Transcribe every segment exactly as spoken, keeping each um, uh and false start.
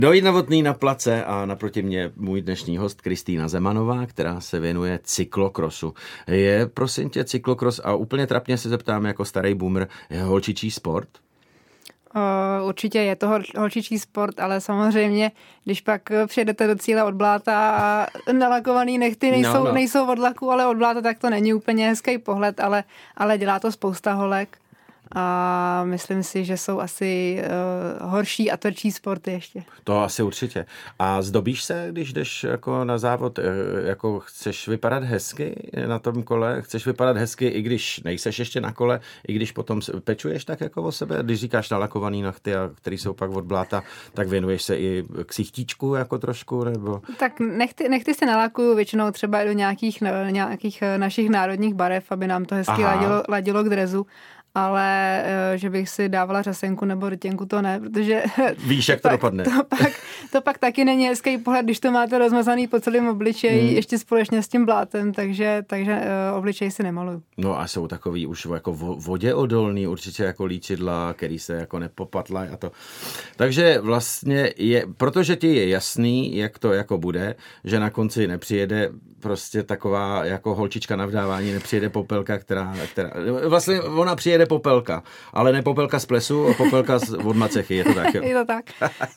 Dojít Novotný na place a naproti mě můj dnešní host Kristýna Zemanová, která se věnuje cyklokrosu. Je prosím tě cyklokros a úplně trapně se zeptám jako starý boomer, je holčičí sport? Uh, určitě je to holčičí sport, ale samozřejmě, když pak přijedete do cíle od bláta a nalakovaný nechty nejsou, no, no. nejsou od laku, ale od bláta, tak to není úplně hezký pohled, ale, ale dělá to spousta holek. A myslím si, že jsou asi uh, horší a tvrdší sporty ještě. To asi určitě. A zdobíš se, když jdeš jako na závod, jako chceš vypadat hezky na tom kole? Chceš vypadat hezky, i když nejseš ještě na kole, i když potom pečuješ tak jako o sebe? Když říkáš nalakovaný nechty, který jsou pak od bláta, tak věnuješ se i ksichtíčku jako trošku? Nebo? Tak nechty, nechty si nalakuju většinou třeba do nějakých, nějakých našich národních barev, aby nám to hezky ladilo, ladilo k drezu. Ale že bych si dávala řasenku nebo rtěnku, to ne, protože... Víš, jak to pak, dopadne. To pak, to pak taky není hezký pohled, když to máte rozmazaný po celém obličeji, hmm. ještě společně s tím blátem, takže, takže uh, obličej si nemaluju. No a jsou takový už jako voděodolný, určitě jako líčidla, který se jako nepopatlají a to. Takže vlastně je, protože ti je jasný, jak to jako bude, že na konci nepřijede prostě taková jako holčička na vdávání, nepřijede popelka, která, která vlastně ona přijede popelka, ale ne popelka z plesu, a popelka z, od macechy, je to tak, jo? Je to tak.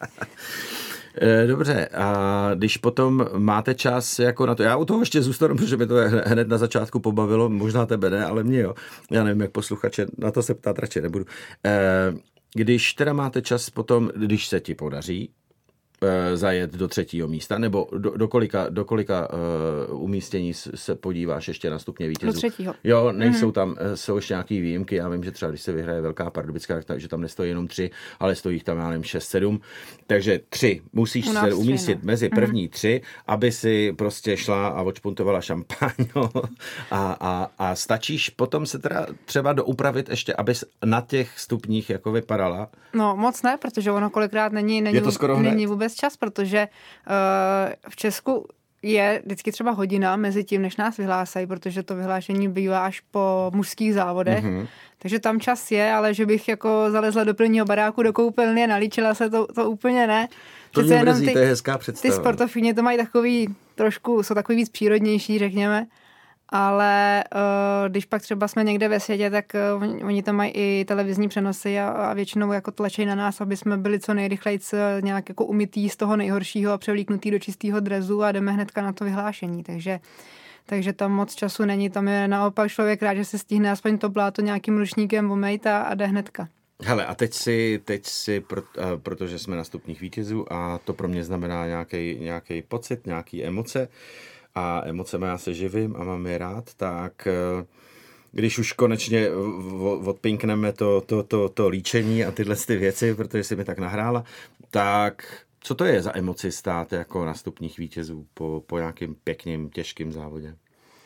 Dobře, a když potom máte čas jako na to, já u toho ještě zůstanu, protože mě to hned na začátku pobavilo, možná tebe ne, ale mě jo, já nevím, jak posluchače, na to se ptát radši nebudu. Když teda máte čas potom, když se ti podaří zajet do třetího místa, nebo do, do kolika, do kolika uh, umístění se podíváš ještě na stupně vítězů? Do třetího. Jo, nejsou mm-hmm. tam, jsou ještě nějaký výjimky, já vím, že třeba když se vyhraje Velká Pardubická, takže tam nestojí jenom tři, ale stojí tam, já nevím, šest, sedm, takže tři, musíš se tři, umístit no. mezi první mm-hmm. tři, aby si prostě šla a odšpuntovala šampaň a, a, a stačíš potom se teda třeba doupravit ještě, abys na těch stupních jako vypadala? No moc ne, protože ono kolikrát není, není, je to skoro není vůbec čas, protože uh, v Česku je vždycky třeba hodina mezi tím, než nás vyhlásají, protože to vyhlášení bývá až po mužských závodech. Mm-hmm. Takže tam čas je, ale že bych jako zalezla do prvního baráku do koupelny a nalíčila se, to, to úplně ne. To mě mrzí, to je hezká představa. Ty sportovkyně to mají takový trošku, jsou takový víc přírodnější, řekněme. Ale uh, když pak třeba jsme někde ve světě, tak uh, oni, oni tam mají i televizní přenosy a, a většinou jako tlačí na nás, aby jsme byli co nejrychleji nějak jako umytý z toho nejhoršího a převlíknutý do čistého drezu a jdeme hnedka na to vyhlášení. Takže, takže tam moc času není. Tam je naopak člověk rád, že se stihne aspoň to bláto nějakým ručníkem omejt a, a jde hnedka. Hele, a teď si, teď si pro, protože jsme na stupních vítězů a to pro mě znamená nějaký, nějaký pocit, nějaký emoce, a emocema já se živím a mám je rád, tak když už konečně odpinkneme to, to, to, to líčení a tyhle ty věci, protože si mi tak nahrála, tak co to je za emoci stát jako na stupních vítězů po, po nějakým pěkným, těžkým závodě?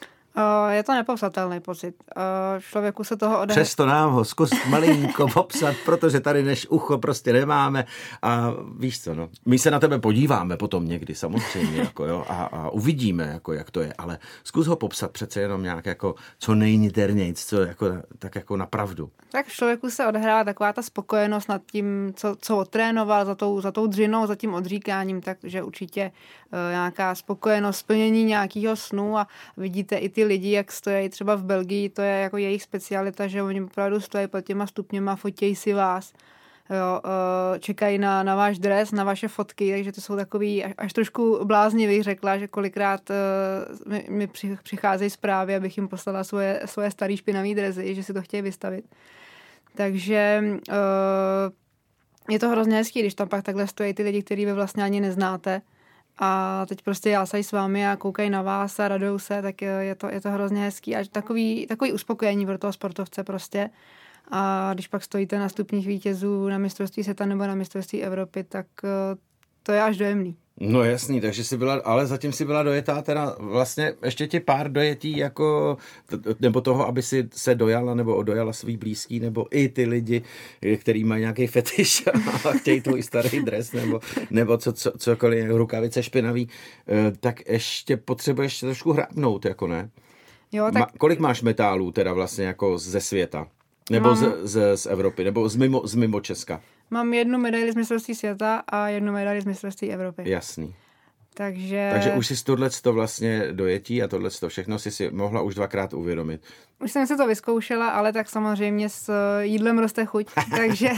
Je to nepopsatelný pocit. Člověku se toho odehrá. Přesto nám ho zkus malinko popsat, protože tady než ucho prostě nemáme a víš co, no. My se na tebe podíváme potom někdy samozřejmě jako, jo, a, a uvidíme, jako, jak to je, ale zkus ho popsat přece jenom nějak jako co nejniternějc, co jako, tak jako napravdu. Tak v člověku se odehrává taková ta spokojenost nad tím, co, co odtrénoval za tou, za tou dřinou, za tím odříkáním, takže určitě uh, nějaká spokojenost, splnění nějakého snu a vidíte i ty lidi, jak stojí třeba v Belgii, to je jako jejich specialita, že oni opravdu stojí pod těma stupněma, fotějí si vás, jo, čekají na, na váš dres, na vaše fotky, takže to jsou takový až, až trošku bláznivých, řekla, že kolikrát uh, mi, mi přicházejí zprávy, abych jim poslala svoje, svoje starý špinavý dresy, že si to chtějí vystavit. Takže uh, je to hrozně hezký, když tam pak takhle stojí ty lidi, který vy vlastně ani neznáte, a teď prostě jásají s vámi a koukají na vás a radujou se, tak je to, je to hrozně hezký a takový, takový uspokojení pro toho sportovce prostě. A když pak stojíte na stupních vítězů na mistrovství světa nebo na mistrovství Evropy, tak to je až dojemný. No jasný, takže jsi byla, ale zatím si byla dojetá teda vlastně ještě ti pár dojetí jako, nebo toho, aby si se dojala nebo odojala svý blízký, nebo i ty lidi, který mají nějaký fetiš a chtějí tvůj starý dres, nebo, nebo co, co, cokoliv, rukavice špinavý, tak ještě potřebuješ trošku hrábnout, jako ne? Jo, tak... Ma, kolik máš metálů teda vlastně jako ze světa? Nebo Mám... z, z, z Evropy, nebo z mimo, z mimo Česka? Mám jednu medaili z mistrovství světa a jednu medaili z mistrovství Evropy. Jasný. Takže... Takže už si tohleto vlastně dojetí a tohleto všechno si si mohla už dvakrát uvědomit. Už jsem se to vyzkoušela, ale tak samozřejmě s jídlem roste chuť, takže,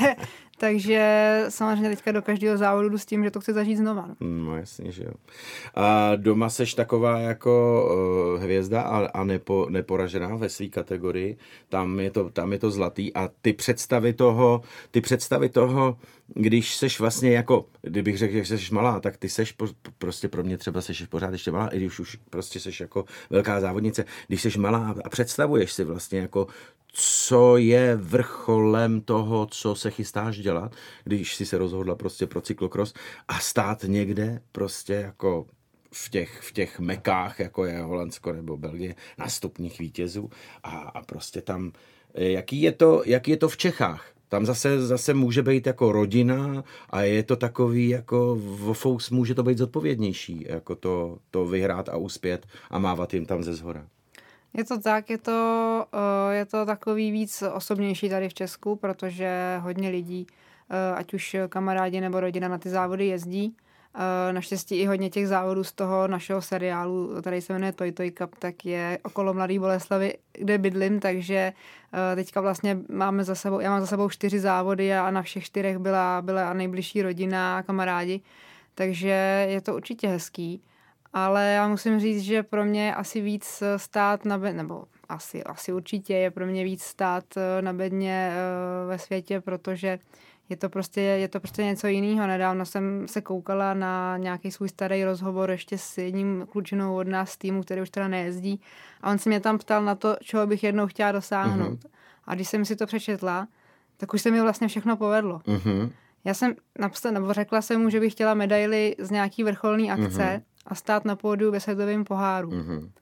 takže samozřejmě teďka do každého závodu jdu s tím, že to chci zažít znova. No jasně, že jo. A doma seš taková jako uh, hvězda a, a nepo, neporažená ve své kategorii, tam je, to, tam je to zlatý a ty představy toho, ty představy toho, když seš vlastně jako, kdybych řekl, že seš malá, tak ty seš po, prostě pro mě třeba seš pořád ještě malá, i když už prostě seš jako velká závodnice, když seš malá a představuješ si vlastně jako, co je vrcholem toho, co se chystáš dělat, když si se rozhodla prostě pro cyklokros a stát někde prostě jako v těch, v těch mekách, jako je Holandsko nebo Belgie, na stupních vítězů a, a prostě tam, jaký je to, jaký je to v Čechách? Tam zase, zase může být jako rodina a je to takový jako vofous, může to být zodpovědnější, jako to, to vyhrát a uspět a mávat jim tam ze zhora. Je to tak, je to, je to takový víc osobnější tady v Česku, protože hodně lidí, ať už kamarádi nebo rodina na ty závody jezdí. Naštěstí i hodně těch závodů z toho našeho seriálu, který se jmenuje Toy Toy Cup, tak je okolo Mladý Boleslavi, kde bydlím, takže teďka vlastně máme za sebou, já mám za sebou čtyři závody a na všech čtyřech byla, byla nejbližší rodina a kamarádi, takže je to určitě hezký. Ale já musím říct, že pro mě je asi víc stát na bedně, nebo asi, asi určitě je pro mě víc stát na bedně ve světě, protože je to prostě, je to prostě něco jiného. Nedávno jsem se koukala na nějaký svůj starý rozhovor ještě s jedním klučinou od nás z týmu, který už teda nejezdí. A on se mě tam ptal na to, čeho bych jednou chtěla dosáhnout. Mm-hmm. A když jsem si to přečetla, tak už se mi vlastně všechno povedlo. Mm-hmm. Já jsem napsala, nebo řekla jsem mu, že bych chtěla medaili z nějaký vrcholný akce, mm-hmm. a stát na pódiu ve světovém poháru. Mm-hmm.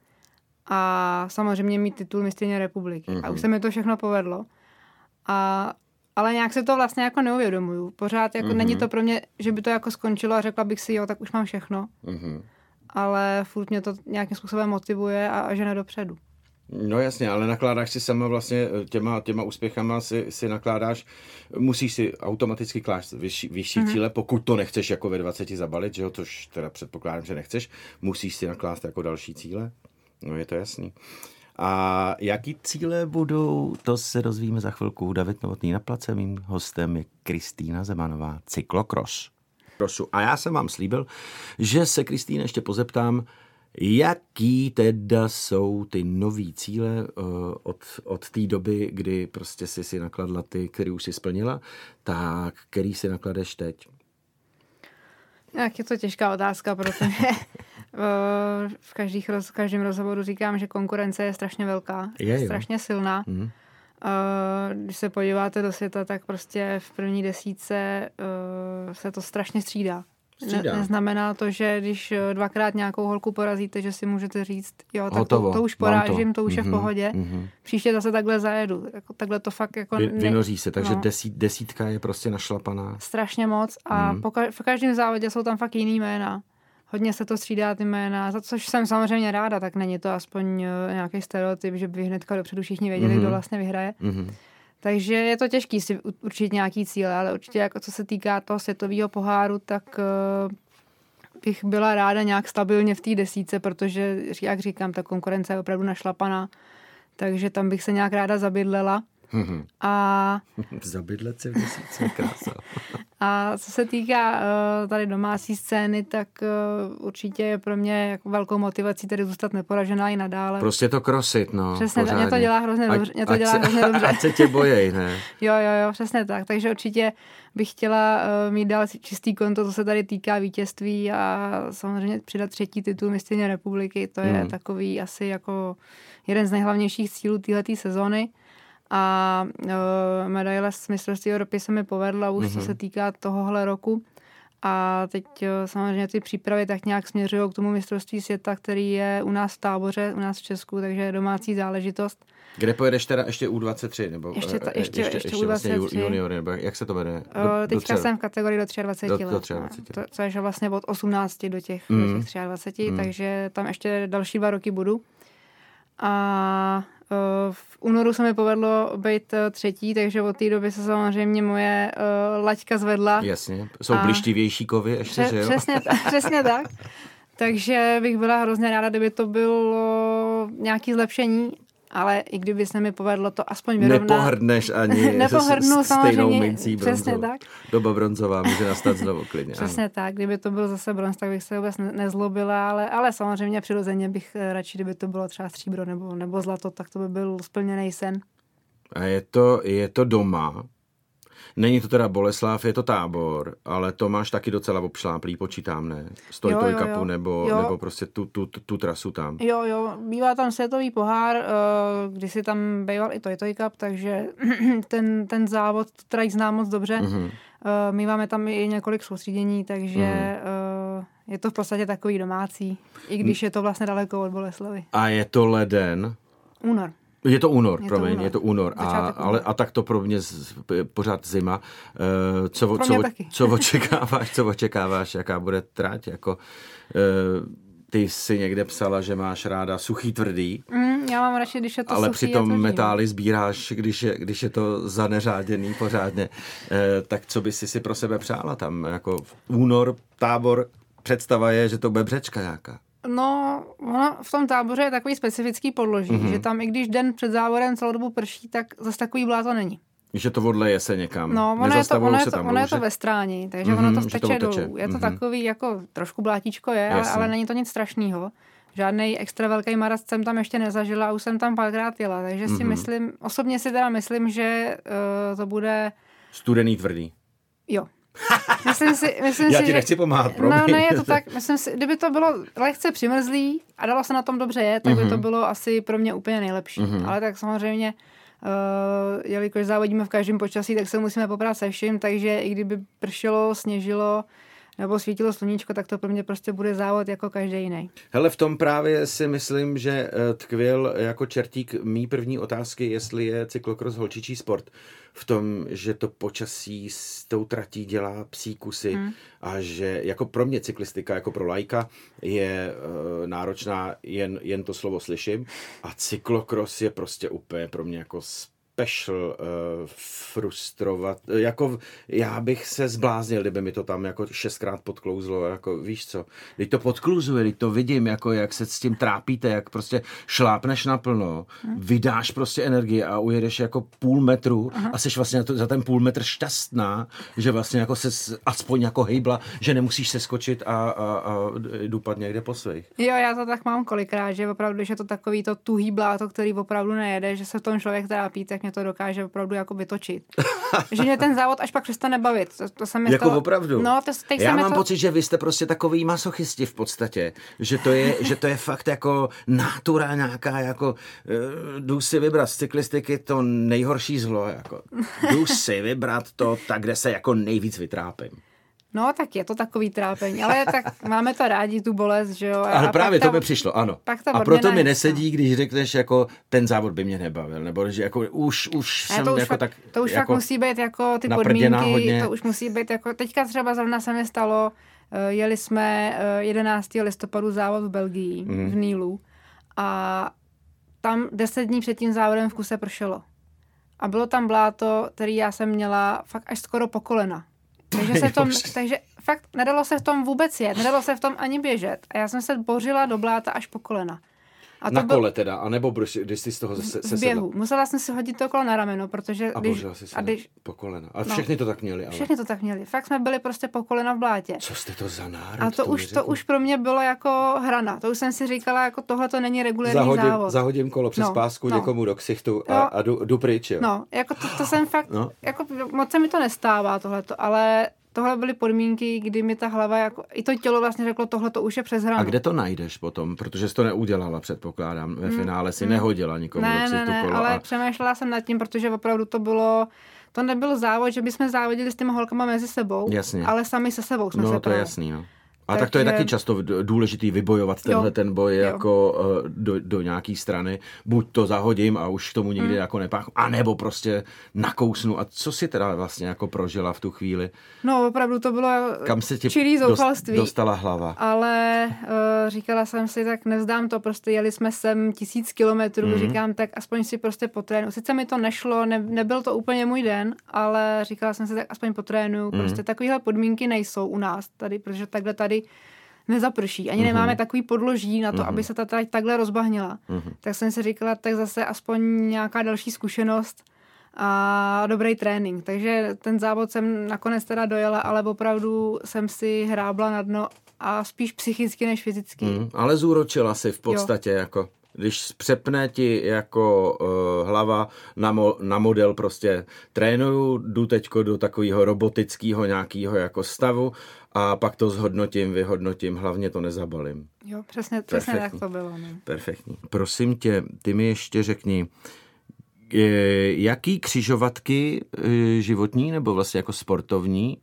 A samozřejmě mít titul mistryně republiky. Mm-hmm. A už se mi to všechno povedlo. A, ale nějak se to vlastně jako neuvědomuju. Pořád jako mm-hmm. není to pro mě, že by to jako skončilo a řekla bych si, jo, tak už mám všechno. Mm-hmm. Ale furt mě to nějakým způsobem motivuje a, a žene dopředu. No jasně, ale nakládáš si sama vlastně těma, těma úspěchama si, si nakládáš, musíš si automaticky klást vyšší, vyšší mm-hmm. cíle, pokud to nechceš jako ve dvaceti zabalit, že jo, tož teda předpokládám, že nechceš, musíš si naklást jako další cíle, no je to jasný. A jaký cíle budou, to se dozvíme za chvilku. David Novotný na place, mým hostem je Kristýna Zemanová, cyklokros. A já jsem vám slíbil, že se Kristýny ještě pozeptám, jaký teda jsou ty nový cíle uh, od, od té doby, kdy prostě si si nakladla ty, který už si splnila, tak který si nakladeš teď? Tak je to těžká otázka, protože v, každých, v každém rozhovoru říkám, že konkurence je strašně velká, je strašně silná. Mm. Když se podíváte do světa, tak prostě v první desítce se to strašně střídá. Ne, neznamená to, že když dvakrát nějakou holku porazíte, že si můžete říct, jo, tak to, to už porážím, to, to už mm-hmm, je v pohodě. Mm-hmm. Příště zase takhle zajedu. Jako, takhle to fakt jako... Vy, vynoří se, takže no. desít, desítka je prostě našlapaná. Strašně moc a mm. po, v každém závodě jsou tam fakt jiný jména. Hodně se to střídá ty jména, za což jsem samozřejmě ráda, tak není to aspoň nějaký stereotyp, že by hnedka dopředu všichni věděli, mm-hmm. kdo vlastně vyhraje. Mm-hmm. Takže je to těžký si určit nějaký cíle, ale určitě jako co se týká toho světového poháru, tak uh, bych byla ráda nějak stabilně v té desítce, protože, jak říkám, ta konkurence je opravdu našlapaná, takže tam bych se nějak ráda zabydlela. Mm-hmm. A zabydlet se v desítce, krása. A co se týká uh, tady domácí scény, tak uh, určitě je pro mě jako velkou motivací tedy zůstat neporažená i nadále. Prostě to krosit, no. Přesně, tak, mě to dělá hrozně ať, dobře. Mě to dělá hrozně dobře. Ať se tě bojej, ne? Jo, jo, jo, přesně tak. Takže určitě bych chtěla uh, mít dál čistý konto, co se tady týká vítězství a samozřejmě přidat třetí titul mistryně republiky. To je hmm. takový asi jako jeden z nejhlavnějších cílů téhletý sezóny. A uh, medaile z mistrovství Evropy se mi povedla už, mm-hmm. co se týká tohohle roku. A teď uh, samozřejmě ty přípravy tak nějak směřují k tomu mistrovství světa, který je u nás v Táboře, u nás v Česku, takže je domácí záležitost. Kde pojedeš teda ještě U dvacet tři? Nebo, ještě, ta, ještě, ještě, ještě, ještě U dvacet tři. Vlastně juniory, nebo jak se to jmenuje? Do, uh, teďka do jsem v kategorii do dvacet tři let. Do, do třiadvaceti. To, což je vlastně od osmnácti do těch, mm. do těch dvacet tři, mm. takže tam ještě další dva roky budu. A V únoru se mi povedlo být třetí, takže od té doby se samozřejmě moje uh, laťka zvedla. Jasně, jsou a blištivější kovy ještě, pře- že jo? Přesně, přesně tak. Takže bych byla hrozně ráda, kdyby to bylo nějaké zlepšení, ale i kdyby se mi povedlo to aspoň vyrovnat. Nepohrdneš ani Nepohrdnu, se stejnou mincí přesně bronzou. tak. Doba bronzová může nastat znovu klidně. Přesně ano. Tak, kdyby to bylo zase bronz, tak bych se vůbec nezlobila, ale, ale samozřejmě přirozeně bych radši, kdyby to bylo třeba stříbro nebo, nebo zlato, tak to by byl splněný sen. A je to, je to doma? Není to teda Boleslav, je to Tábor, ale to máš taky docela obšláplý, počítám, ne? Stoj Toy Cupu nebo, nebo prostě tu, tu, tu, tu trasu tam. Jo, jo, bývá tam světový pohár, když si tam býval i Toy Toy Cup, takže ten, ten závod trať znám moc dobře. Mm-hmm. My máme tam i několik soustředění, takže mm-hmm. je to v podstatě takový domácí, i když je to vlastně daleko od Boleslavy. A je to leden? Únor. Je to únor, je promiň, to únor. je to únor. A, ale, a tak to pro mě z, pořád zima. E, co, pro co, taky. co očekáváš, co očekáváš, jaká bude trať? Jako, e, ty jsi někde psala, že máš ráda suchý, tvrdý. Mm, já mám radši, když je to ale suchý přitom a tvrdý. metály sbíráš, když je, když je to zaneřáděný pořádně. E, tak co by si si pro sebe přála tam? Jako únor, Tábor, představa je, že to bude břečka nějaká. No, ono v tom Táboře je takový specifický podloží, mm-hmm. že tam i když den před závodem celou dobu prší, tak zase takový bláto není. Že to odleje se někam. No, ono je to, ono je to, ono je to ve stráni, takže mm-hmm, ono to steče dolů. Je to mm-hmm. takový, jako trošku blátíčko je, ale, ale není to nic strašného. Žádnej extra velký marast jsem tam ještě nezažila a už jsem tam párkrát jela, takže mm-hmm. si myslím, osobně si teda myslím, že uh, to bude... Studený, tvrdý. Jo. Myslím si, myslím Já si, ti že... nechci pomáhat, promiň. No, ne, je to tak, myslím si, kdyby to bylo lehce přimrzlý a dalo se na tom dobře jet, tak mm-hmm. by to bylo asi pro mě úplně nejlepší. Mm-hmm. Ale tak samozřejmě, uh, jelikož závodíme v každém počasí, tak se musíme poprat se vším, takže i kdyby pršelo, sněžilo nebo svítilo sluníčko, tak to pro mě prostě bude závod jako každý jiný. Hele, v tom právě si myslím, že tkvěl jako čertík mý první otázky, jestli je cyklokros holčičí sport. V tom, že to počasí s tou tratí dělá psí kusy hmm. a že jako pro mě cyklistika, jako pro laika je uh, náročná, jen, jen to slovo slyším a cyklokros je prostě úplně pro mě jako special uh, frustrovat. Jako já bych se zbláznil, kdyby mi to tam jako šestkrát podklouzlo, jako víš co, když to podkluzuje, když to vidím, jako jak se s tím trápíte, jak prostě šlápneš naplno, hmm. vydáš prostě energii a ujedeš jako půl metru Aha. a jsi vlastně za ten půl metr šťastná, že vlastně jako se aspoň jako hejbla, že nemusíš se skočit a, a, a dupat někde po svých. Jo, já to tak mám kolikrát, že opravdu, že to takový to tuhý bláto, který opravdu nejede, že se v tom člověk trápí, tak mě to dokáže opravdu jako vytočit. Že mě ten závod až pak přestane bavit. To, to se mi jako stalo... opravdu? No, to, teď já se mám to... pocit, že vy jste prostě takový masochisti v podstatě. Že to je, že to je fakt jako natura nějaká, jako uh, jdu si vybrat z cyklistiky to nejhorší zlo, jako jdu si vybrat to tak, kde se jako nejvíc vytrápím. No, tak je to takový trápení, ale tak máme to rádi, tu bolest, že jo. Ale právě to by přišlo, ano. A proto mi nesedí, když řekneš, jako ten závod by mě nebavil, nebo že jako už, už ne, jsem to už jako fakt, tak... To už jako fakt musí být jako ty podmínky, hodně. To už musí být jako, teďka třeba zrovna se mi stalo, jeli jsme jedenáctého listopadu závod v Belgii, mm. v Nílu a tam deset dní před tím závodem v kuse pršelo. A bylo tam bláto, který já jsem měla fakt až skoro po kolena. Takže se v tom, takže fakt nedalo se v tom vůbec jet, nedalo se v tom ani běžet. A já jsem se bořila do bláta až po kolena. A to na kole byl, teda, anebo když jsi z toho se, se v běhu. Musela jsem si hodit to kolo na rameno, protože... A bořila jsi se a když, po kolena. A všechny no, to tak měli, ale... Všechny to tak měli. Fakt jsme byli prostě po kolena v blátě. Co jste to za národ? A to, to už, to už pro mě bylo jako hrana. To už jsem si říkala, jako tohle to není regulérní zahodím, závod. Zahodím kolo přes no, pásku no. někomu do ksichtu a, no, a jdu, jdu pryč, jo. No, jako to, to jsem fakt... No. Jako, moc se mi to nestává tohleto, ale... Tohle byly podmínky, kdy mi ta hlava, jako, i to tělo vlastně řeklo, tohle to už je přes hranu. A kde to najdeš potom? Protože jsi to neudělala, předpokládám. Ve finále si mm. nehodila nikomu ne, do ksichtu ne, kolo. ale a... přemýšlela jsem nad tím, protože opravdu to bylo, to nebyl závod, že bychom závodili s těma holkama mezi sebou, jasně. ale sami se sebou jsme no, se to právě. je jasný, no. A tak to je taky často důležitý vybojovat tenhle jo. ten boj jo. jako do, do nějaký strany. Buď to zahodím a už k tomu nikdy mm. jako nepáchnu, anebo prostě nakousnu. A co si teda vlastně jako prožila v tu chvíli? No opravdu to bylo Kam se ti čirý zoufalství. Dostala hlava? Ale uh, říkala jsem si, tak nevzdám to, prostě jeli jsme sem tisíc kilometrů, mm. říkám, tak aspoň si prostě potrénu. Sice mi to nešlo, ne, nebyl to úplně můj den, ale říkala jsem si, tak aspoň potrénu. Mm. Prostě takovéhle podmínky nejsou u nás tady, protože takhle tady nezaprší. Ani mm-hmm. nemáme takový podloží na to, mm-hmm. aby se ta trať takhle rozbahnila. Mm-hmm. Tak jsem si říkala, tak zase aspoň nějaká další zkušenost a dobrý trénink. Takže ten závod jsem nakonec teda dojela, ale opravdu jsem si hrábla na dno a spíš psychicky než fyzicky. Mm, ale zúročila si v podstatě, jo. jako když přepne ti jako uh, hlava na, mo, na model prostě trénuju, jdu teďko do takového robotického nějakého jako stavu a pak to zhodnotím, vyhodnotím, hlavně to nezabalím. Jo, přesně, přesně tak to bylo. Ne? Perfektní. Prosím tě, ty mi ještě řekni, jaký křižovatky životní nebo vlastně jako sportovní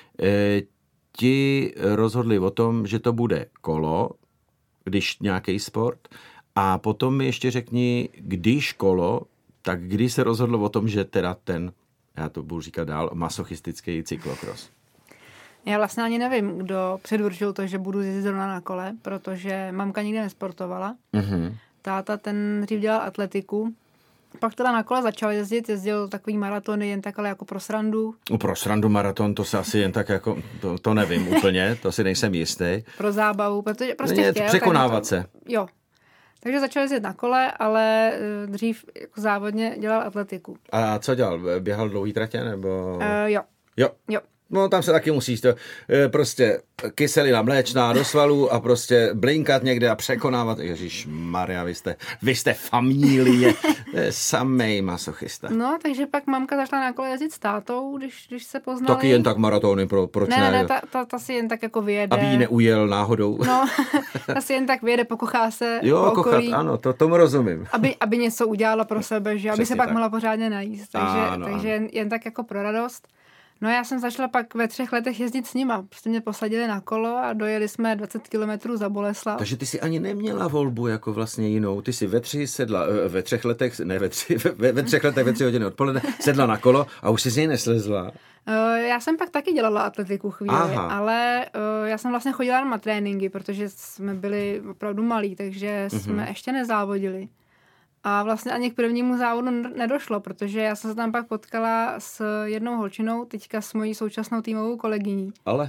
ti rozhodli o tom, že to bude kolo, když nějaký sport, a potom mi ještě řekni, když kolo, tak kdy se rozhodlo o tom, že teda ten, já to budu říkat dál, masochistický cyklokros? Já vlastně ani nevím, kdo předurčil to, že budu jezdit zrovna na kole, protože mamka nikdy nesportovala. Mm-hmm. Táta ten dřív dělal atletiku. Pak teda na kole začal jezdit, jezdil takový maratony jen tak, ale jako pro srandu. Pro srandu maraton, to se asi jen tak jako, to, to nevím úplně, to si nejsem jistý. Pro zábavu, protože prostě chtěl. Překonávat se. Jo. Takže začal jezdit na kole, ale dřív jako závodně dělal atletiku. A co dělal? Běhal dlouhý tratě, nebo? Uh, jo. Jo. Jo. No tam se taky musíš to prostě kyselina mléčná do svalů a prostě blinkat někde a překonávat. Ježišmarja, vy jste, vy jste familie, samej masochista. No, takže pak mamka začala na kole jezdit s tátou, když, když se poznali. Taky jen tak maratony, pro, proč ne? Ne, ne, ta, ta, ta si jen tak jako vyjede. Aby ji neujel náhodou. No, ta si jen tak vyjede, pokochá se jo, po okolí. Kochat, ano, to, tomu rozumím. Aby, aby něco udělala pro sebe, že? Aby přesně se pak tak mohla pořádně najíst. Takže, ano, takže jen, jen tak jako pro radost. No já jsem začala pak ve třech letech jezdit s nima. Prostě mě posadili na kolo a dojeli jsme dvacet kilometrů za Boleslav. Takže ty si ani neměla volbu jako vlastně jinou. Ty si ve tři sedla, ve třech letech, ne ve tři, ve, ve třech letech, ve tři hodiny odpoledne, sedla na kolo a už si z něj neslezla. Já jsem pak taky dělala atletiku chvíli, aha. ale já jsem vlastně chodila na tréninky, protože jsme byli opravdu malí, takže mm-hmm. jsme ještě nezávodili. A vlastně ani k prvnímu závodu nedošlo, protože já jsem se tam pak potkala s jednou holčinou, teďka s mojí současnou týmovou kolegyní. Ale?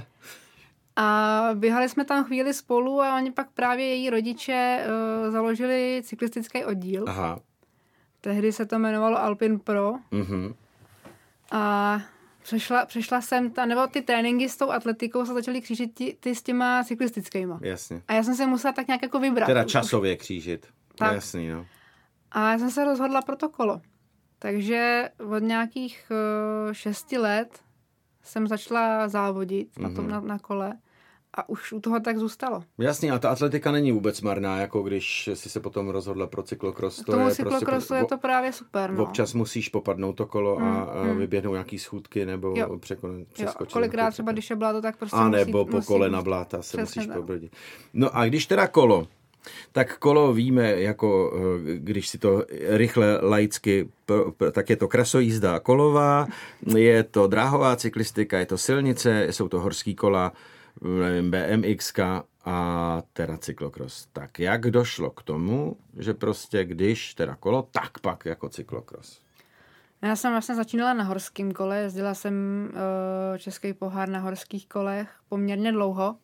A běhali jsme tam chvíli spolu a oni pak právě její rodiče uh, založili cyklistický oddíl. Aha. Tehdy se to jmenovalo Alpin Pro. Mhm. A přešla, přešla jsem tam, nebo ty tréninky s tou atletikou se začaly křížit ty, ty s těma cyklistickýma. Jasně. A já jsem se musela tak nějak jako vybrat. Teda časově křížit. Tak. Jasný, no. A já jsem se rozhodla pro to kolo. Takže od nějakých uh, šesti let jsem začala závodit mm-hmm. na tom na, na kole a už u toho tak zůstalo. Jasně, a ta atletika není vůbec marná, jako když si se potom rozhodla pro cyklokros. K tomu cyklokrosu prostě, je to právě super. No. Občas musíš popadnout to kolo mm, a, a mm. vyběhnout nějaký schůdky nebo jo. překonat, přeskočit. Jo, kolikrát třeba, když je bláto, tak prostě a musí... nebo po musí, kole na bláta se musíš tak. pobrodit. No a když teda kolo, tak kolo víme, jako když si to rychle laicky, tak je to krasojízda kolová, je to dráhová cyklistika, je to silnice, jsou to horský kola, nevím, bé em iks a teda cyklokros. Tak jak došlo k tomu, že prostě když teda kolo, tak pak jako cyklokros? Já jsem vlastně začínala na horském kole, jezdila jsem uh, český pohár na horských kolech poměrně dlouho.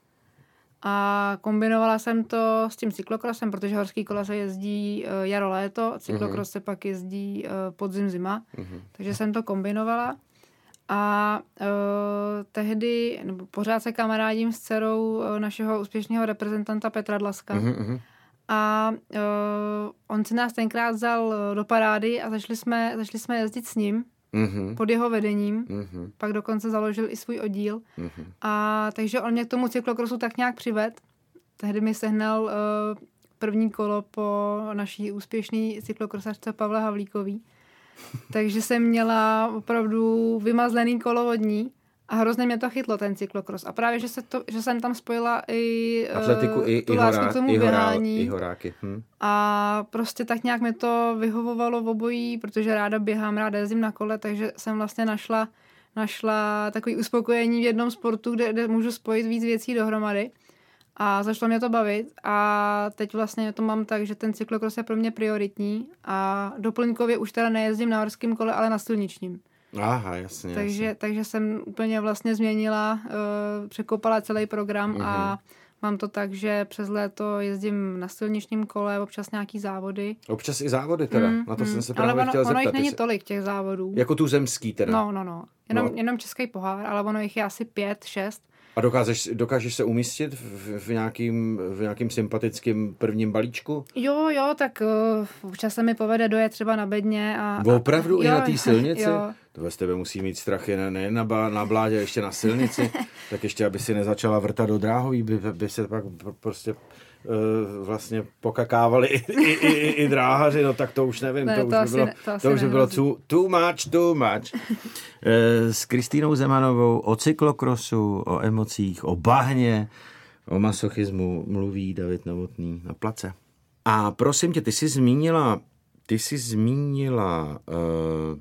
A kombinovala jsem to s tím cyklokrosem, protože horský kola se jezdí uh, jaro-léto, cyklokros uh-huh. se pak jezdí uh, podzim-zima, uh-huh. takže jsem to kombinovala. A uh, tehdy, nebo pořád se kamarádím s dcerou uh, našeho úspěšného reprezentanta Petra Dlaska. Uh-huh. A uh, on si nás tenkrát vzal do parády a začali jsme, začali jsme jezdit s ním. Mm-hmm. pod jeho vedením, mm-hmm. pak dokonce založil i svůj oddíl. Mm-hmm. A takže on mě k tomu cyklokrosu tak nějak přived. Tehdy mi sehnal uh, první kolo po naší úspěšné cyklokrosařce Pavle Havlíkový. Takže jsem měla opravdu vymazlený kolo od ní A hrozně mě to chytlo, ten cyklokros. A právě, že, se to, že jsem tam spojila i atletiku, i, tu i, lásku horá, k tomu i, horá, běhání. i horáky. Hm. A prostě tak nějak mi to vyhovovalo v obojí, protože ráda běhám, ráda jezdím na kole, takže jsem vlastně našla, našla takový uspokojení v jednom sportu, kde, kde můžu spojit víc věcí dohromady. A začalo mě to bavit a teď vlastně to mám tak, že ten cyklokros je pro mě prioritní a doplňkově už teda nejezdím na horském kole, ale na silničním. Aha, jasně. Takže, jasně. takže jsem úplně vlastně změnila, uh, překopala celý program mm-hmm. a mám to tak, že přes léto jezdím na silničním kole, občas nějaký závody. Občas i závody teda, mm, na to mm. jsem se právě ale ono, chtěl ono zeptat. jich není jestli... tolik těch závodů. Jako tu zemský teda. No, no, no. Jenom, no. jenom český pohár, ale ono jich je asi pět, šest. A dokážeš, dokážeš se umístit v, v, nějakým, v nějakým sympatickým prvním balíčku? Jo, jo, tak uh, občas se mi povede dojet třeba na Bedně. A, Opravdu a, i jo, na té silnici? Jo. To z tebe musí mít strachy ne, ne na, bá, na bládě, ještě na silnici. Tak ještě, aby si nezačala vrtat do dráhový, by, by se pak prostě uh, vlastně pokakávali i, i, i, i dráhaři, no tak to už nevím, ne, to, to, už asi by bylo, ne, to, to už by bylo too, too much, too much. uh, s Kristýnou Zemanovou o cyklokrosu, o emocích, o bahně, o masochismu mluví David Novotný na place. A prosím tě, ty jsi zmínila, ty jsi zmínila uh,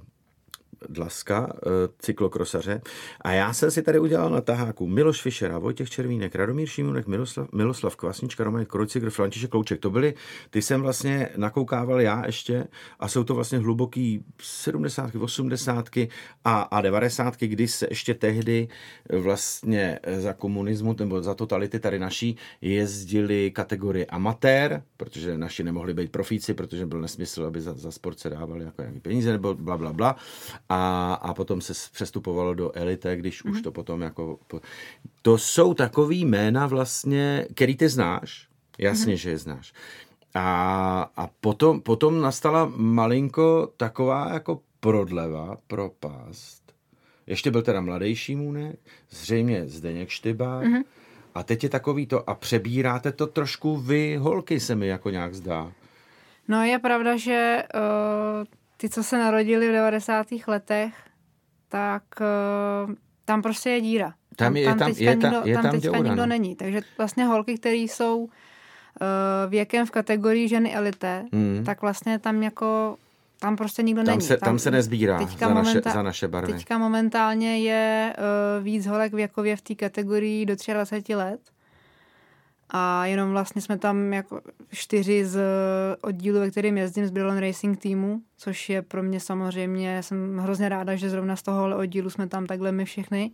Dlaska, cyklokrosaře. A já jsem si tady udělal na taháku Miloš Fischera, Vojtěch Červínek, Radomír Šimůnek, Miroslav, Miloslav Kvasnička, Roman Krojcigr, František Klouček. To byly, ty jsem vlastně nakoukával já ještě a jsou to vlastně hluboký sedmdesátky, osmdesátky a, a devadesátky, kdy se ještě tehdy vlastně za komunismu nebo za totality tady naší jezdili kategorie amatér, protože naši nemohli být profíci, protože byl nesmysl, aby za, za sport se dávali jako nějaký peníze nebo bla, bla, bla. A, a potom se přestupovalo do elite, když mm. už to potom jako... To jsou takový jména vlastně, který ty znáš, jasně, mm. že je znáš. A, a potom, potom nastala malinko taková jako prodleva, propast. Ještě byl teda mladý Šimůnek, zřejmě Zdeněk Štybák. Mm. A teď je takový to, a přebíráte to trošku vy, holky, se mi jako nějak zdá. No je pravda, že... Uh... Ty, co se narodili v devadesátých letech, tak uh, tam prostě je díra. Tam, je, tam, tam teďka, je, nikdo, ta, je tam tam teďka děura, nikdo no. není. Takže vlastně holky, které jsou uh, věkem v kategorii ženy elite, mm. tak vlastně tam jako, tam prostě nikdo tam není. Se, tam, tam se nezbírá za naše, za naše barvy. Teďka momentálně je uh, víc holek věkově v té kategorii do dvacet tři let. A jenom vlastně jsme tam jako čtyři z oddílu, ve kterým jezdím, z Brillon Racing týmu, což je pro mě samozřejmě, jsem hrozně ráda, že zrovna z tohohle oddílu jsme tam takhle my všechny.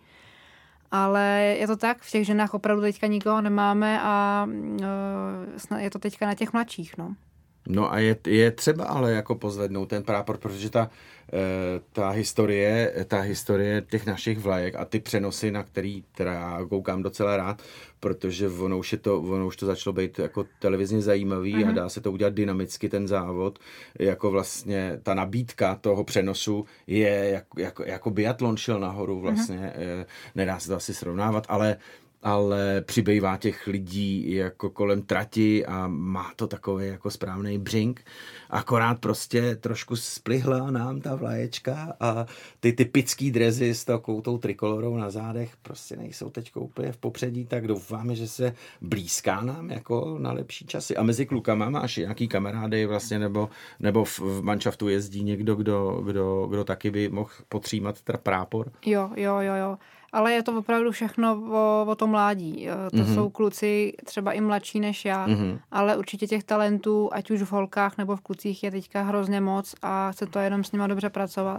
Ale je to tak, v těch ženách opravdu teďka nikoho nemáme a uh, je to teďka na těch mladších, no. No a je, je třeba ale jako pozvednout ten prápor, protože ta, ta historie, ta historie těch našich vlajek a ty přenosy, na který teda já koukám docela rád, protože ono už, je to, ono už to začalo být jako televizně zajímavý mm-hmm. a dá se to udělat dynamicky ten závod, jako vlastně ta nabídka toho přenosu je jako, jako, jako biatlon šel nahoru vlastně, mm-hmm. nedá se to asi srovnávat, ale ale přibývá těch lidí jako kolem trati a má to takový jako správný břink. Akorát prostě trošku splihla nám ta vlaječka a ty typický drezy s takovou trikolorou na zádech prostě nejsou teď úplně v popředí, tak doufáme, že se blízká nám jako na lepší časy. A mezi klukama máš nějaký kamarády vlastně, nebo, nebo v, v manšaftu jezdí někdo, kdo, kdo, kdo taky by mohl potřímat teda prápor? Jo, jo, jo, jo. Ale je to opravdu všechno o, o tom mládí. To mm-hmm. jsou kluci třeba i mladší než já, mm-hmm. ale určitě těch talentů, ať už v holkách nebo v klucích, je teďka hrozně moc a chce to jenom s nima dobře pracovat.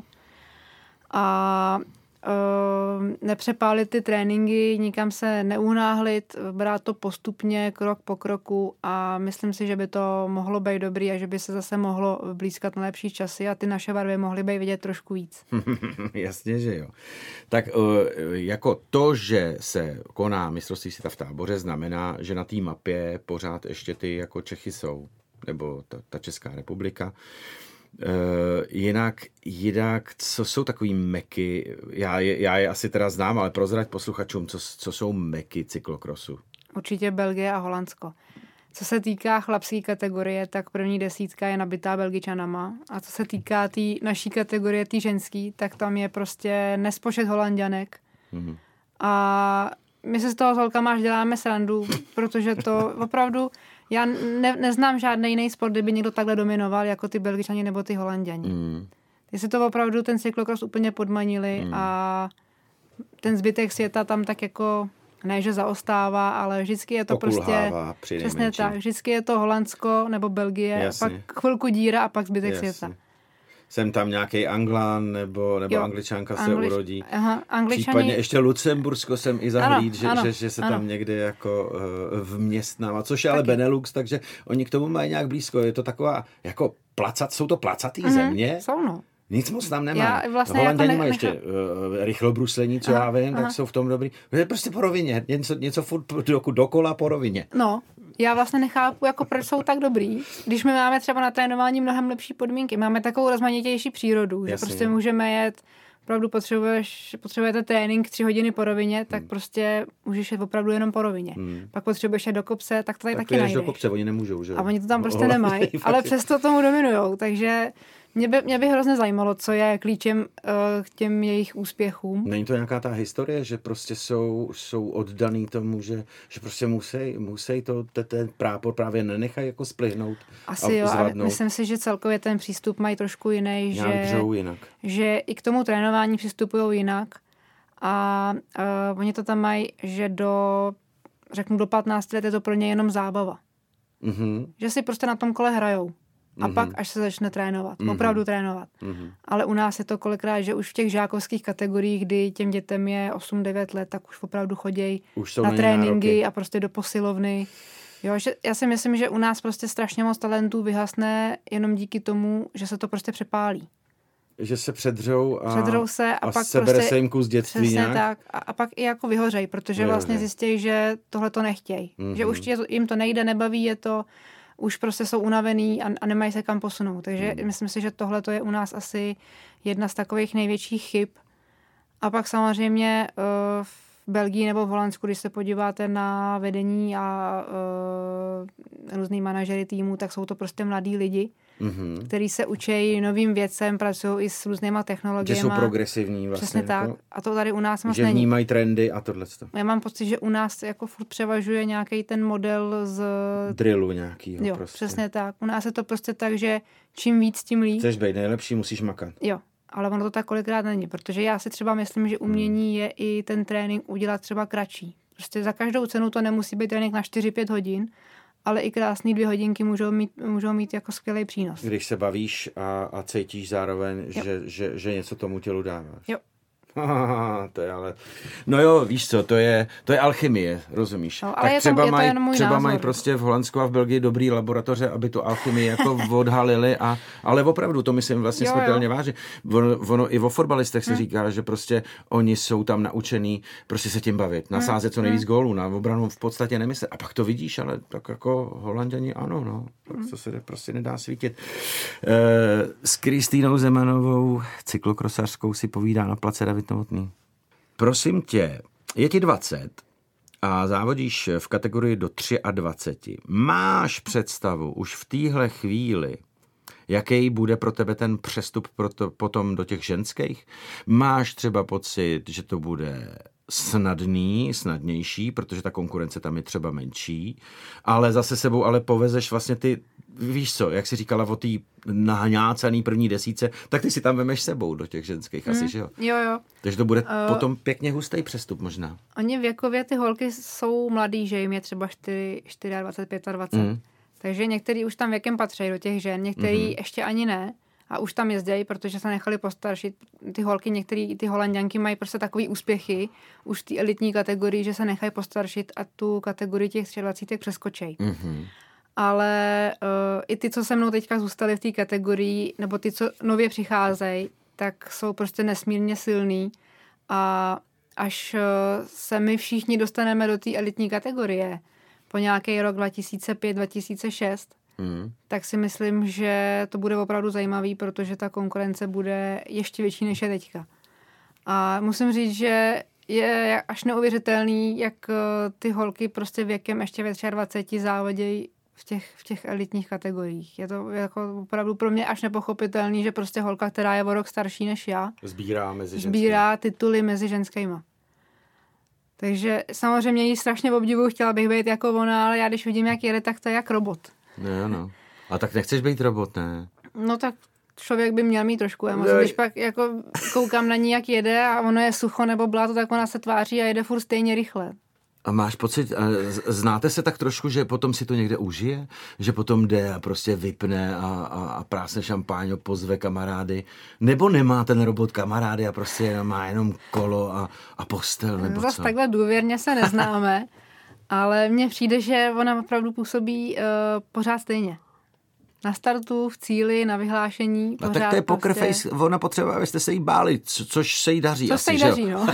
A uh, nepřepálit ty tréninky, nikam se neunáhlit, brát to postupně, krok po kroku a myslím si, že by to mohlo být dobrý a že by se zase mohlo blízkat na lepší časy a ty naše barvy mohly být vidět trošku víc. Jasně, že jo. Tak jako to, že se koná mistrovství světa v Táboře, znamená, že na té mapě pořád ještě ty jako Čechy jsou, nebo ta, ta Česká republika. Uh, jinak, jinak, co jsou takový meky, já je, já je asi teda znám, ale prozrať posluchačům, co, co jsou meky cyklokrosu. Určitě Belgie a Holandsko. Co se týká chlapské kategorie, tak první desítka je nabitá Belgičanama a co se týká té naší kategorie, té ženský, tak tam je prostě nespočet Holanďanek. Mm-hmm. A my se z toho s holkama až děláme srandu, protože to opravdu, já ne, neznám žádný jiný sport, kdyby někdo takhle dominoval, jako ty Belgičani nebo ty Holanděni. Mm. Ty se to opravdu ten cyklokros úplně podmanili mm. a ten zbytek světa tam tak jako, ne, že zaostává, ale vždycky je to Pokulhává, prostě, přesně tak, vždycky je to Holandsko nebo Belgie, Jasně. pak chvilku díra a pak zbytek Jasně. světa. Jsem tam nějaký Anglán nebo, nebo jo, Angličanka Anglič, se urodí. Aha, Angličani... Případně ještě Lucembursko jsem i zahlíd, že, ano, že, že se ano. tam někde jako uh, vměstnává, což je ale Taky. Benelux, takže oni k tomu mají nějak blízko. Je to taková jako placat, jsou to placatý mm, země. Jsou no. Nic moc tam nemá. Vlastně Holanděni jako mají ještě uh, rychlobruslení, co aha, já vím, aha. tak jsou v tom dobrý. Je prostě po rovině, něco, něco furt do, dokola po rovině. No, já vlastně nechápu, jako proč jsou tak dobrý, když my máme třeba na trénování mnohem lepší podmínky. Máme takovou rozmanitější přírodu, Jasně. že prostě můžeme jet, opravdu potřebuješ, potřebujete trénink tři hodiny po rovině, tak hmm. prostě můžeš jet opravdu jenom po rovině. Hmm. Pak potřebuješ jet do kopce, tak to tady tak taky najdeš. do kopce, oni nemůžou, že? A oni to tam prostě nemají, ale přesto tomu dominujou, takže Mě by, mě by hrozně zajímalo, co je klíčem uh, k těm jejich úspěchům. Není to nějaká ta historie, že prostě jsou, jsou oddaný tomu, že, že prostě musí, musí to, ten prápor právě nenechají jako splihnout. Asi jo, ale myslím si, že celkově ten přístup mají trošku jiný, že, jinak. že i k tomu trénování přistupují jinak a uh, oni to tam mají, že do, řeknu do patnácti let je to pro ně jenom zábava. Mm-hmm. Že si prostě na tom kole hrajou. A mm-hmm. pak, až se začne trénovat. Mm-hmm. Opravdu trénovat. Mm-hmm. Ale u nás je to kolikrát, že už v těch žákovských kategoriích, kdy těm dětem je osm devět let, tak už opravdu chodějí na tréninky nároky. A prostě do posilovny. Jo, že já si myslím, že u nás prostě strašně moc talentů vyhasne jenom díky tomu, že se to prostě přepálí. Že se předřou a, předřou se a, a pak sebere prostě, se jim kus dětství nějak. Tak. A, a pak i jako vyhořej, protože vyhořej. Vlastně zjistějí, že tohle to nechtějí. Mm-hmm. Že už jim to nejde, nebaví je to, už prostě jsou unavený a, a nemají se kam posunout. Takže hmm. myslím si, že tohle to je u nás asi jedna z takových největších chyb. A pak samozřejmě uh, v Belgii nebo v Holandsku, když se podíváte na vedení a uh, různý manažery týmu, tak jsou to prostě mladí lidi, mm-hmm. kteří se učí novým věcem, pracují i s různýma technologiemi. Že jsou progresivní vlastně. Přesně tak. Jako, a to tady u nás moc že není. Že vnímají trendy a tohleto. Já mám pocit, že u nás jako furt převažuje nějaký ten model z... drillu nějakýho jo, prostě. Přesně tak. U nás je to prostě tak, že čím víc, tím líp. Chceš být nejlepší, musíš makat. Jo, ale ono to tak kolikrát není, protože já si třeba myslím, že umění hmm. je i ten trénink udělat třeba kratší. Prostě za každou cenu to nemusí být trénink na čtyři pět hodin, ale i krásný dvě hodinky můžou mít, můžou mít jako skvělý přínos. Když se bavíš a, a cítíš zároveň, že, že, že něco tomu tělu dáváš. Jo. to je ale... No jo, víš co, to je, to je alchymie, rozumíš? No, ale tak je třeba to, mají třeba maj prostě v Holandsku a v Belgii dobrý laboratoře, aby tu alchymii jako odhalili, a, ale opravdu to myslím vlastně smrtelně vážně. Ono, ono i o fotbalistech se hmm. říká, že prostě oni jsou tam naučený prostě se tím bavit, nasázet co nejvíc hmm. gólů, na obranu v podstatě nemyslet. A pak to vidíš, ale tak jako Holanděni ano, no, tak to se prostě nedá svítit. E, s Kristýnou Zemanovou, cyklokrosařskou, si povídá na place David Novotný. Prosím tě, je ti dvacet a závodíš v kategorii do dvacet tři. Máš představu už v téhle chvíli, jaký bude pro tebe ten přestup proto, potom do těch ženských? Máš třeba pocit, že to bude snadný, snadnější, protože ta konkurence tam je třeba menší, ale zase sebou ale povezeš vlastně ty, víš co, jak jsi říkala o té nahňácaný první desíce, tak ty si tam vemeš sebou do těch ženských, mm, asi, že jo? Jo, jo. Takže to bude uh, potom pěkně hustý přestup možná. Oni věkově, ty holky jsou mladý, že jim je třeba dvacet čtyři, dvacet pět, mm. takže některý už tam věkem patří do těch žen, některý mm. ještě ani ne. A už tam jezdějí, protože se nechali postaršit. Ty holky, některé ty Holanďanky mají prostě takový úspěchy už v té elitní kategorii, že se nechají postaršit a tu kategorii těch dvacet tři přeskočej. Mm-hmm. Ale uh, i ty, co se mnou teďka zůstaly v té kategorii, nebo ty, co nově přicházejí, tak jsou prostě nesmírně silný. A až uh, se my všichni dostaneme do té elitní kategorie po nějaký rok dva tisíce pět dva tisíce šest, Mm. tak si myslím, že to bude opravdu zajímavý, protože ta konkurence bude ještě větší než je teďka. A musím říct, že je až neuvěřitelný, jak ty holky prostě věkem ještě ve dvacet tři závodějí v těch, v těch elitních kategoriích. Je to jako opravdu pro mě až nepochopitelný, že prostě holka, která je o rok starší než já, sbírá mezi ženskými. Sbírá tituly mezi ženskýma. Takže samozřejmě ji strašně obdivuju, chtěla bych být jako ona, ale já když vidím, jak jede, tak to je jak robot. Ne, no. A tak nechceš být robot, ne? No tak člověk by měl mít trošku emoce. Když pak jako koukám na ní, jak jede a ono je sucho nebo bláto, tak ona se tváří a jede furt stejně rychle. A máš pocit, znáte se tak trošku, že potom si to někde užije? Že potom jde a prostě vypne a, a, a prásne šampáň, pozve kamarády? Nebo nemá ten robot kamarády a prostě má jenom kolo a, a postel, nebo Zas co? takhle důvěrně se neznáme, ale mně přijde, že ona opravdu působí uh, pořád stejně. Na startu, v cíli, na vyhlášení. A tak to je poker prostě... face, ona potřebuje, abyste se jí báli, co, což se jí daří. Což asi, se jí daří, no.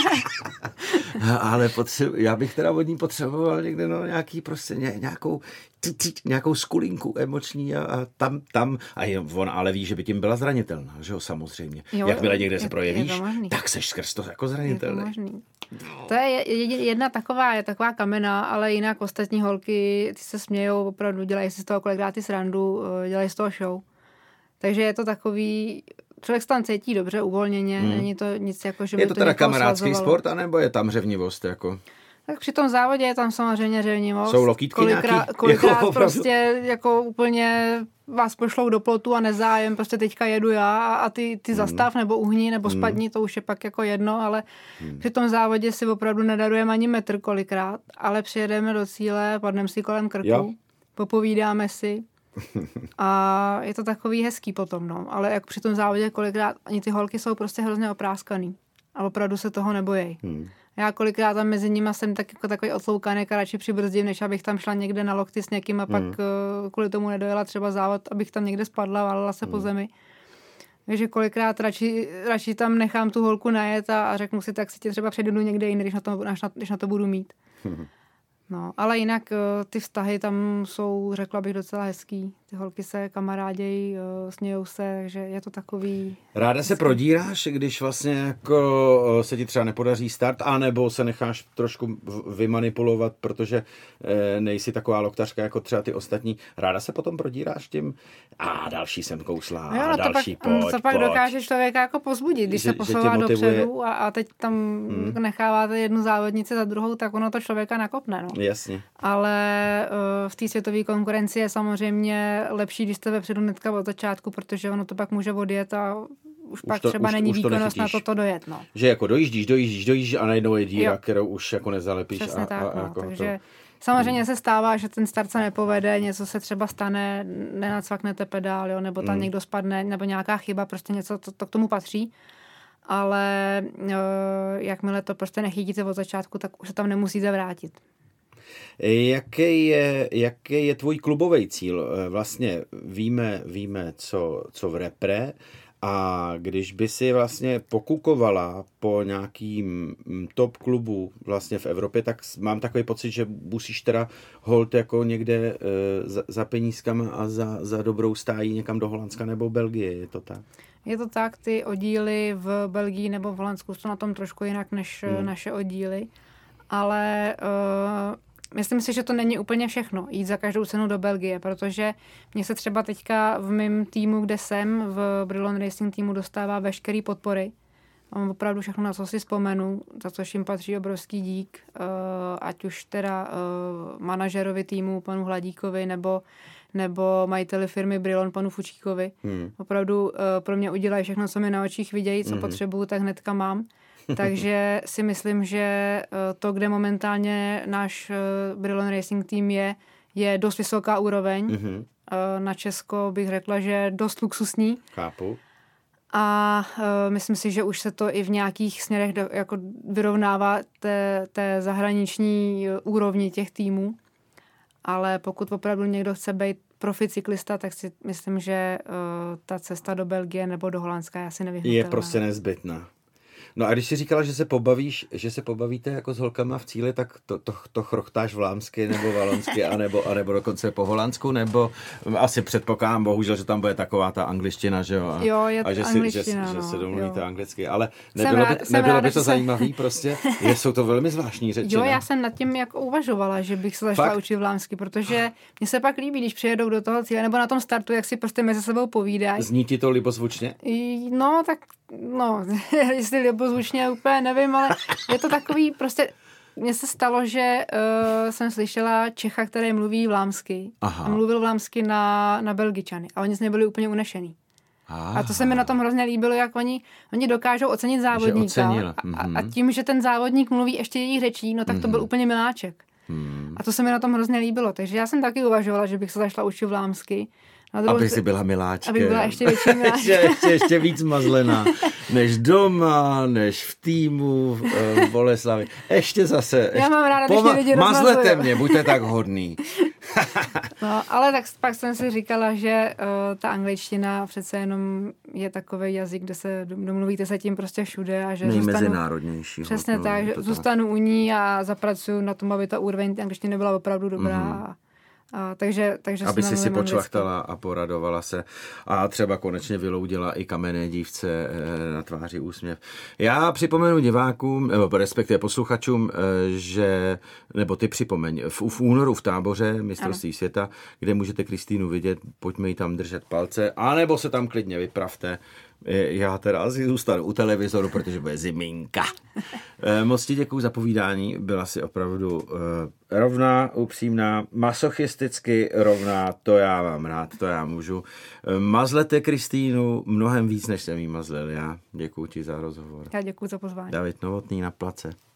Ale potřebu, já bych teda od ní potřeboval někde no, nějaký prostě ně, nějakou, t, t, nějakou skulinku emoční a, a tam, tam, a on ale ví, že by tím byla zranitelná, že jo, samozřejmě. Jo, Jakmile někde se je, projevíš, je tak seš skrz to jako zranitelný. Je to možný. To je jedna taková, je taková kamená, ale jinak ostatní holky, ty se smějou, opravdu dělají si z toho kolikrát ty srandu, dělají z toho show. Takže je to takový, člověk se tam cítí dobře, uvolněně, hmm. není to nic jako, že by je to, to teda kamarádský slazovalo. sport, anebo je tam řevnivost jako? Tak při tom závodě je tam samozřejmě řevnivost. Jsou lokýtky kolikrát, nějaký? Kolikrát jako prostě jako úplně vás pošlou do plotu a nezájem, prostě teďka jedu já a ty, ty zastav hmm. nebo uhni nebo spadni, hmm. to už je pak jako jedno, ale hmm. při tom závodě si opravdu nedarujeme ani metr kolikrát, ale přijedeme do cíle, padneme si kolem krku, jo. Popovídáme si a je to takový hezký potom, no. Ale jak při tom závodě kolikrát, ani ty holky jsou prostě hrozně opráskaný a opravdu se toho nebojí. Hmm. Já kolikrát tam mezi nimi jsem tak jako takový otloukanek a radši přibrzdím, než abych tam šla někde na lokty s někým a pak hmm. kvůli tomu nedojela třeba závod, abych tam někde spadla, válila se hmm. po zemi. Takže kolikrát radši, radši tam nechám tu holku najet a, a řeknu si, tak si tě třeba předjedu někde jiný, když na to, na, když na to budu mít. Hmm. No, ale jinak ty vztahy tam jsou, řekla bych, docela hezký. Ty holky se kamarádějí, smějou se, takže je to takový... Ráda se prodíráš, když vlastně jako se ti třeba nepodaří start, anebo se necháš trošku vymanipulovat, protože nejsi taková loktařka jako třeba ty ostatní. Ráda se potom prodíráš tím a další jsem kousla no jo, no a další pak, pojď, to pak pojď. dokáže člověka jako pozbudit, když že, se posouvá motivuje... dopředu a, a teď tam hmm. necháváte jednu závodnici za druhou, tak ono to člověka nakopne, no. Jasně. Ale uh, v té světové konkurenci je samozřejmě lepší, když jste vepředu hnedka od začátku, protože ono to pak může odjet a už, už pak to, třeba už, není už výkonnost na toto dojet. No. Že jako dojíždíš, dojíždíš, dojíždíš a najednou je díra, jo. kterou už jako nezalepíš. Přesně a, tak, a, a no. jako Takže to... samozřejmě hmm. se stává, že ten start se nepovede, něco se třeba stane, nenacvaknete pedál, jo, nebo tam hmm. někdo spadne, nebo nějaká chyba, prostě něco, to, to k tomu patří. Ale uh, jakmile to prostě nechytíte od začátku, tak už se tam nemusíte vrátit. Jaký je, jaký je tvůj klubový cíl? Vlastně víme, víme co, co v repre a když by si vlastně pokukovala po nějakým top klubu vlastně v Evropě, tak mám takový pocit, že musíš teda holt jako někde za, za penízkama a za, za dobrou stájí někam do Holandska nebo Belgie, je to tak? Je to tak, ty oddíly v Belgii nebo v Holandsku jsou na tom trošku jinak než hmm. naše oddíly, ale uh, myslím si, že to není úplně všechno, jít za každou cenu do Belgie, protože mě se třeba teďka v mém týmu, kde jsem, v Brilon Racing týmu dostává veškerý podpory. Mám opravdu všechno, na co si vzpomenu, za což jim patří obrovský dík, ať už teda manažerovi týmu, panu Hladíkovi, nebo, nebo majiteli firmy Brilon, panu Fučíkovi. Hmm. Opravdu pro mě udělají všechno, co mi na očích vidějí, co hmm. potřebuju, tak hnedka mám. Takže si myslím, že to, kde momentálně náš Brilon Racing tým je, je dost vysoká úroveň. Mm-hmm. Na Česko bych řekla, že dost luxusní. Chápu. A uh, myslím si, že už se to i v nějakých směrech do, jako vyrovnává té, té zahraniční úrovni těch týmů. Ale pokud opravdu někdo chce být profi cyklista, tak si myslím, že uh, ta cesta do Belgie nebo do Holandska je asi nevyhnutelná. Je prostě nezbytná. No a když jsi říkala, že se pobavíš, že se pobavíte jako s holkama v cíli, tak to, to, to chrochtáš vlámsky nebo valonsky, anebo, anebo dokonce po holandsku, nebo asi předpokládám, bohužel, že tam bude taková ta angličtina, že jo? A, jo, je a že, angličtina, si, že, no, že se domluvíte jo. anglicky, ale nebylo rád, by, nebylo rád, by to se... zajímavý prostě? Je, jsou to velmi zvláštní řeči, Jo, ne? já jsem nad tím jako uvažovala, že bych se začala Fakt? učit vlámsky, protože mně se pak líbí, když přijedou do toho cíle, nebo na tom startu, jak si prostě mezi sebou povídají. Zní ti to libozvučně? No, tak, no, jestli libozvučně úplně nevím, ale je to takový prostě mně se stalo, že uh, jsem slyšela Čecha, který mluví vlámsky. Aha. A mluvil vlámsky na, na Belgičany. A oni z něj byli úplně unešený. Aha. A to se mi na tom hrozně líbilo, jak oni, oni dokážou ocenit závodníka. A, a tím, že ten závodník mluví ještě jejich řečí, no tak to byl úplně miláček. Hmm. A to se mi na tom hrozně líbilo. Takže já jsem taky uvažovala, že bych se zašla učit vlámsky. Aby jsi byla miláčkem. Aby byla ještě větší miláčka. ještě, ještě, ještě víc mazlená. Než doma, než v týmu v Boleslavi. Ještě zase. Ještě, já mám ráda, když mě lidi rozmazují. Mazlete mě, buďte tak hodný. No, ale tak pak jsem si říkala, že uh, ta angličtina přece jenom je takový jazyk, kde se domluvíte se tím prostě všude a že nejmezinárodnější. Přesně no, tak, že zůstanu u ní a zapracuju na tom, aby ta úroveň té angličtiny byla opravdu dobrá. Mm-hmm. A, takže, takže aby si si počvachtala a poradovala se a třeba konečně vyloudila i kamenné dívce e, na tváři úsměv. Já připomenu divákům, nebo respektive posluchačům, e, že, nebo ty připomeň, v, v únoru v Táboře mistrovství ano. světa, kde můžete Kristýnu vidět, pojďme jí tam držet palce, anebo se tam klidně vypravte. Já teda asi zůstanu u televizoru, protože bude ziminka. Moc ti děkuju za povídání, byla si opravdu uh, rovná, upřímná, masochisticky rovná, to já mám rád, to já můžu. Mazlete Kristýnu mnohem víc, než jsem jí mazlil já. Děkuju ti za rozhovor. Já děkuju za pozvání. David Novotný na place.